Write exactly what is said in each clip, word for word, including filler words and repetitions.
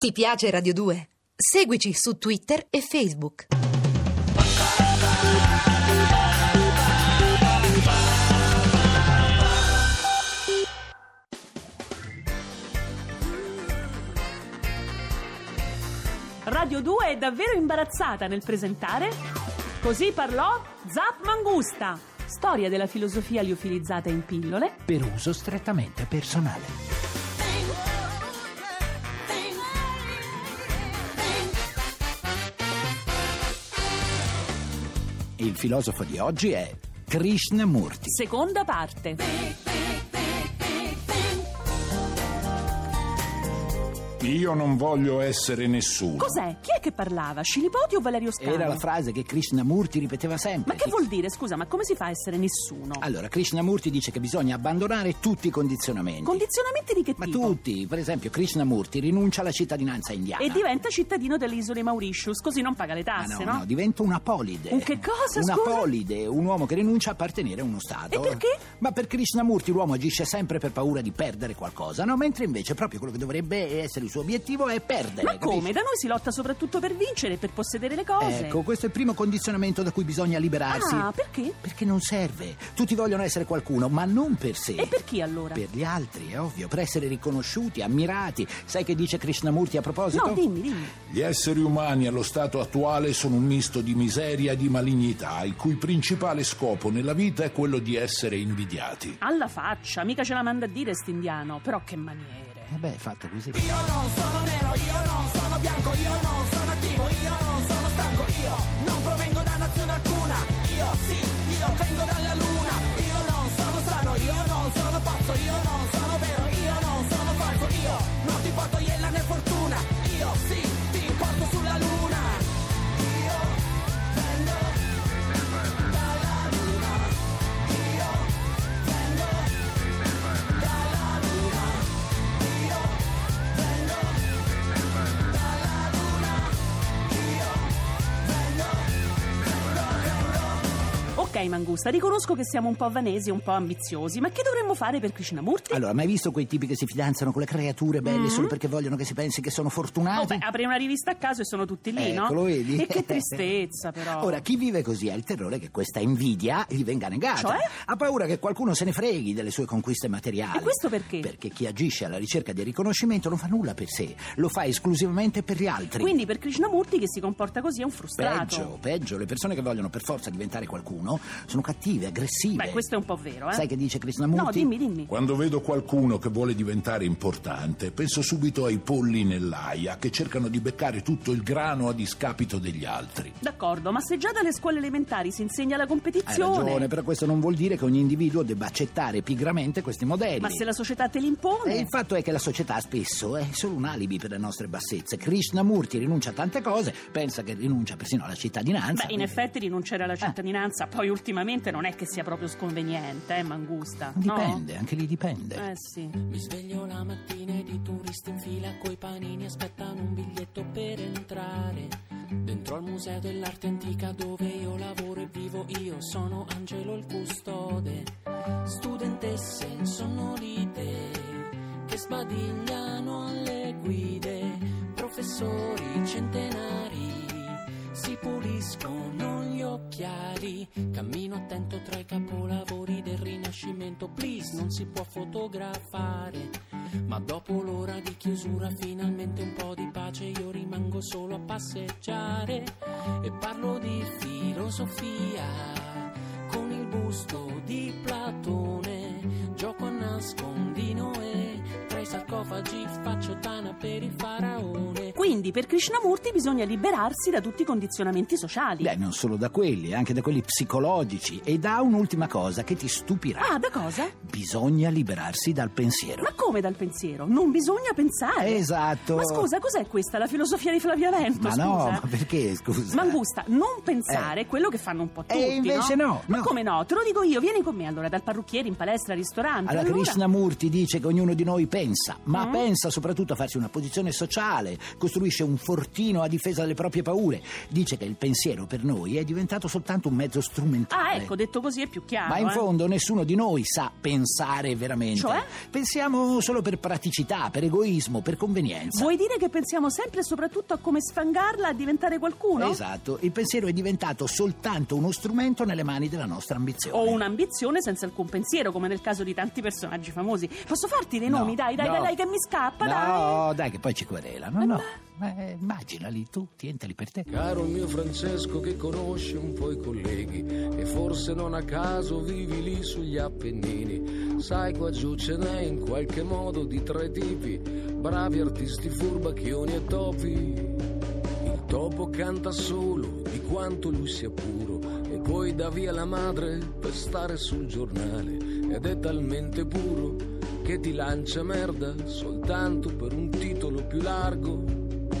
Ti piace Radio due? Seguici su Twitter e Facebook. Radio due è davvero imbarazzata nel presentare Così parlò Zap Mangusta, storia della filosofia liofilizzata in pillole per uso strettamente personale. Il filosofo di oggi è Krishnamurti. Seconda parte. Io non voglio essere nessuno. Cos'è? Chi è che parlava? Scilipoti o Valerio Scanu? Era la frase che Krishnamurti ripeteva sempre. Ma che vuol dire, scusa, ma come si fa a essere nessuno? Allora, Krishnamurti dice che bisogna abbandonare tutti i condizionamenti. Condizionamenti di che Ma tipo? tutti. Per esempio, Krishnamurti rinuncia alla cittadinanza indiana. E diventa cittadino delle isole Mauritius, così non paga le Ah, tasse, no, no? no, diventa un apolide. Un che cosa, Un scusa? apolide, un uomo che rinuncia a appartenere a uno stato. E perché? Ma per Krishnamurti l'uomo agisce sempre per paura di perdere qualcosa, no? Mentre invece proprio quello che dovrebbe essere il suo obiettivo è perdere. Ma come? capisci? Da noi si lotta soprattutto per vincere e per possedere le cose. Ecco, questo è il primo condizionamento da cui bisogna liberarsi. Ah, perché? Perché non serve. Tutti vogliono essere qualcuno, ma non per sé. E per chi allora? Per gli altri, è ovvio, per essere riconosciuti, ammirati. Sai che dice Krishnamurti a proposito? No, dimmi, dimmi. Gli esseri umani allo stato attuale sono un misto di miseria e di malignità, il cui principale scopo nella vita è quello di essere invidiati. Alla faccia, mica ce la manda a dire st'indiano, però che maniere. Eh beh, è fatto così. Io non sono nero, io non sono bianco, io non sono attivo, io non sono stanco, io non provengo da nazione alcuna, io sì, io vengo dalla luna, io non sono sano, io non sono pazzo, io non sono vero, io non sono falso, io non ti porto iella né fortuna, io sì, ti porto sulla luna, io vengo dalla luna, io vengo dalla luna, io vengo dalla luna, io vengo, vengo, vengo. Ok, Mangusta, riconosco che siamo un po' vanesi e un po' ambiziosi, ma che dovremmo fare per Krishnamurti? Allora, mai visto quei tipi che si fidanzano con le creature belle Mm. solo perché vogliono che si pensi che sono Oh, fortunati? beh, apri una rivista a caso e sono tutti lì, no? Ecco, lo vedi? E che tristezza, però. Ora, chi vive così ha il terrore che questa invidia gli venga negata. Cioè? Ha paura che qualcuno se ne freghi delle sue conquiste materiali. E questo perché? Perché chi agisce alla ricerca di riconoscimento non fa nulla per sé, lo fa esclusivamente per gli altri. Quindi per Krishnamurti che si comporta così è un frustrato. Peggio, peggio, le persone che vogliono per forza diventare qualcuno sono cattive, aggressive. Beh, questo è un po' vero, eh? Sai che dice Krishnamurti? No, dimmi, dimmi. Quando vedo qualcuno che vuole diventare importante, penso subito ai polli nell'aia che cercano di beccare tutto il grano a discapito degli altri. D'accordo, ma se già dalle scuole elementari si insegna la Hai competizione... ragione, però questo non vuol dire che ogni individuo debba accettare pigramente questi modelli. Ma se la società te li impone... E il fatto è che la società spesso è solo un alibi per le nostre bassezze. Krishnamurti rinuncia a tante cose, pensa che rinuncia persino alla cittadinanza. Beh, in effetti rinunciare alla cittadinanza poi ultimamente non è che sia proprio sconveniente, eh, Mangusta? no? Dipende, anche lì dipende. Eh sì. Mi sveglio la mattina ed i turisti in fila coi panini aspettano un biglietto per entrare dentro al museo dell'arte antica dove io lavoro e vivo. Io sono Angelo il custode, studentesse insonnorite che sbadigliano alle guide, professori centenari si puliscono gli occhiali, cammino attento tra i capolavori del Rinascimento. Please, non si può fotografare, ma dopo l'ora di chiusura finalmente un po' di pace, io rimango solo a passeggiare e parlo di filosofia con il busto di Platone, gioco a nascondino e tra i sarcofagi faccio tana per il faraone. Quindi per Krishnamurti bisogna liberarsi da tutti i condizionamenti sociali. Beh, non solo da quelli, anche da quelli psicologici. E da un'ultima cosa che ti stupirà. Ah, da cosa? Bisogna liberarsi dal pensiero. Ma come dal pensiero? Non bisogna pensare. Esatto. Ma scusa, cos'è questa? La filosofia di Flavia Vento? Ma scusa? no, ma perché, scusa? Mangusta, non pensare Eh. è quello che fanno un po' tutti, E invece no, Ma no. come no? Te lo dico io, vieni con me allora dal parrucchiere in palestra, ristorante. Allora, allora... Krishnamurti dice che ognuno di noi pensa, ma Mm. pensa soprattutto a farsi una posizione sociale, costruisce costruisce un fortino a difesa delle proprie paure. Dice che il pensiero per noi è diventato soltanto un mezzo strumentale. Ah, ecco, detto così è più chiaro. Ma in eh. fondo nessuno di noi sa pensare veramente. Cioè? Pensiamo solo per praticità, per egoismo, per convenienza. Vuoi dire che pensiamo sempre e soprattutto a come sfangarla a diventare qualcuno? Esatto, il pensiero è diventato soltanto uno strumento nelle mani della nostra ambizione. O un'ambizione senza alcun pensiero, come nel caso di tanti personaggi famosi. Posso farti dei No, nomi? Dai, dai, no. dai, dai, che mi scappa, dai. No, dai, che poi ci querelano. No, eh, immaginali tu, tientali per te. Caro il mio Francesco che conosce un po' i colleghi e forse non a caso vivi lì sugli Appennini. Sai, qua giù ce n'è in qualche modo di tre tipi, bravi artisti, furbacchioni e topi. Il topo canta solo di quanto lui sia puro e poi dà via la madre per stare sul giornale ed è talmente puro che ti lancia merda soltanto per un titolo più largo.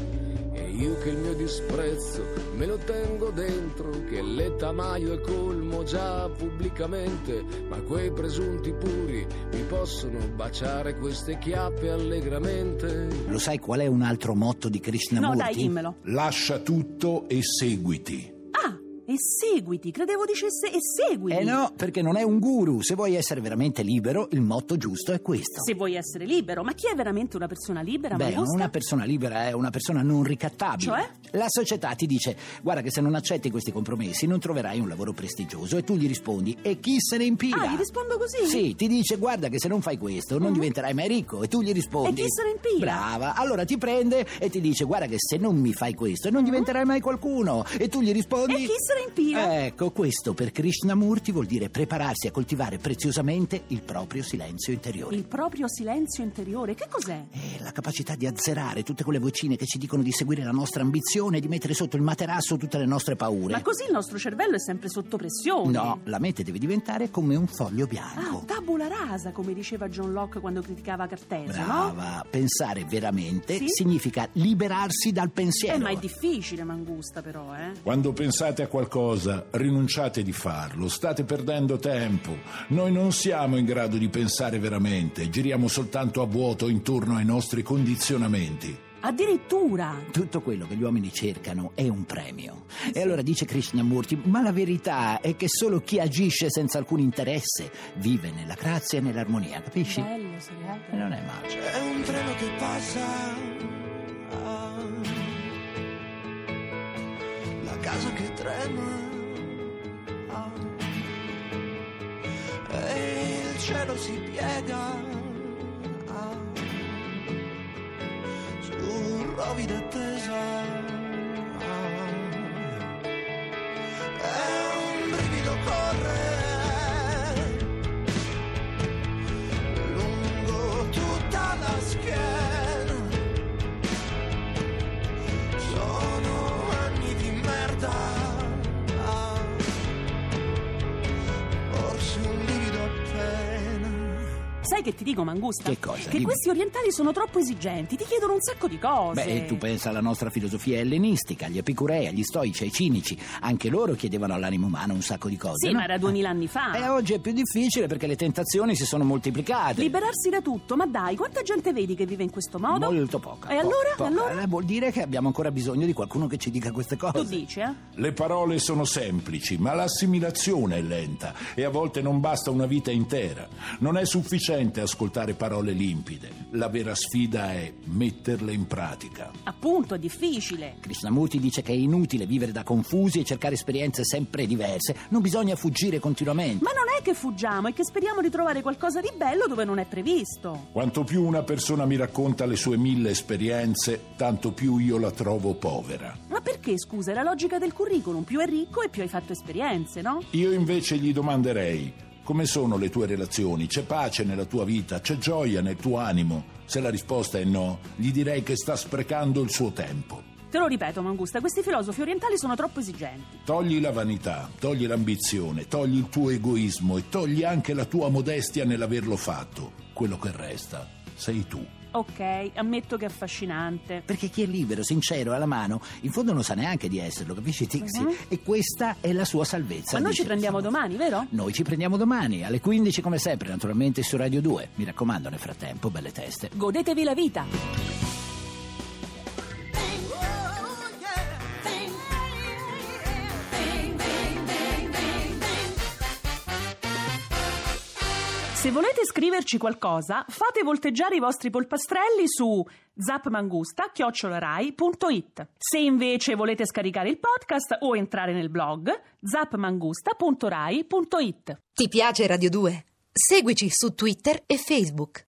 E io che il mio disprezzo me lo tengo dentro, che l'etamaio è colmo già pubblicamente, ma quei presunti puri mi possono baciare queste chiappe allegramente. Lo sai qual è un altro motto di Krishnamurti? No, dai, dimmelo. Lascia tutto e seguiti. Ah, e seguiti, credevo dicesse e seguiti. Eh no, perché non è un guru. Se vuoi essere veramente libero, il motto giusto è questo. Se vuoi essere libero, ma chi è veramente una persona libera? Beh, Mangusta? una persona libera è una persona non ricattabile. Cioè? La società ti dice: guarda che se non accetti questi compromessi non troverai un lavoro prestigioso, e tu gli rispondi: e chi se ne impida? Ah, gli rispondo così? Sì, ti dice: guarda che se non fai questo non Mm. diventerai mai ricco, e tu gli rispondi: E chi se ne impida? Brava. Allora ti prende e ti dice: guarda che se non mi fai questo non diventerai mai qualcuno, e tu gli rispondi: E chi se ne impida? Ecco, questo per Krishnamurti vuol dire prepararsi a coltivare preziosamente il proprio silenzio interiore. Il proprio silenzio interiore, che cos'è? È la capacità di azzerare tutte quelle vocine che ci dicono di seguire la nostra ambizione e di mettere sotto il materasso tutte le nostre paure. Ma così il nostro cervello è sempre sotto pressione. No, la mente deve diventare come un foglio Ah, bianco. tabula rasa, come diceva John Locke quando criticava Cartesio, no? Brava, pensare veramente Sì? significa liberarsi dal pensiero. Eh, ma è difficile, Mangusta, però, eh? Quando pensate a qualcosa, rinunciate di farlo, state perdendo tempo. Noi non siamo in grado di pensare veramente, giriamo soltanto a vuoto intorno ai nostri condizionamenti. Addirittura! Tutto quello che gli uomini cercano è un premio. E allora dice Krishnamurti: ma la verità è che solo chi agisce senza alcun interesse vive nella grazia e nell'armonia, capisci? Bello, sarebbe. E non è male. C'è un treno che passa, ah, la casa che trema, ah, e il cielo si piega, ah, su rovida attesa, ah, e un brivido corre lungo tutta la schiena. Sono anni di merda, ah, forse un livido appena. Sai che ti dico, Mangusta? Che cosa? Che Dimmi. questi orientali sono troppo esigenti, ti chiedono un sacco di cose. Beh, tu pensa alla nostra filosofia ellenistica, agli epicurei, agli stoici, ai cinici. Anche loro chiedevano all'animo umano un sacco di cose. Sì, no? ma era duemila anni fa. E oggi è più difficile perché le tentazioni si sono moltiplicate. Liberarsi da tutto, ma dai, quanta gente vedi che vive in questo modo? Molto poca. E po- allora? poca. Allora? Eh, Vuol dire che abbiamo ancora bisogno di qualcuno che ci dica queste cose. Tu dici, eh? Le parole sono semplici, ma l'assimilazione è lenta e a volte non basta una vita intera. Non è sufficiente ascoltare parole limpide. La vera sfida è metterle in pratica. Appunto, è difficile. Krishnamurti dice che è inutile vivere da confusi e cercare esperienze sempre diverse. Non bisogna fuggire continuamente. Ma non è che fuggiamo, è che speriamo di trovare qualcosa di bello dove non è previsto. Quanto più una persona mi racconta le sue mille esperienze, tanto più io la trovo povera. Ma perché, scusa, è la logica del curriculum, più è ricco e più hai fatto esperienze, no? Io invece gli domanderei: come sono le tue relazioni? C'è pace nella tua vita? C'è gioia nel tuo animo? Se la risposta è no, gli direi che sta sprecando il suo tempo. Te lo ripeto, Mangusta, questi filosofi orientali sono troppo esigenti. Togli la vanità, togli l'ambizione, togli il tuo egoismo e togli anche la tua modestia nell'averlo fatto. Quello che resta sei tu. Ok, ammetto che è affascinante. Perché chi è libero, sincero, alla mano, in fondo non sa neanche di esserlo, capisci Tixi? Mhm. E questa è la sua salvezza. Ma noi dice ci prendiamo Krishnamurti. domani, vero? Noi ci prendiamo domani, alle quindici come sempre, naturalmente su Radio due. Mi raccomando, nel frattempo, belle teste. Godetevi la vita. Se volete scriverci qualcosa, fate volteggiare i vostri polpastrelli su zapmangusta chiocciola rai punto it. Se invece volete scaricare il podcast o entrare nel blog, zapmangusta punto rai punto it. Ti piace Radio due? Seguici su Twitter e Facebook.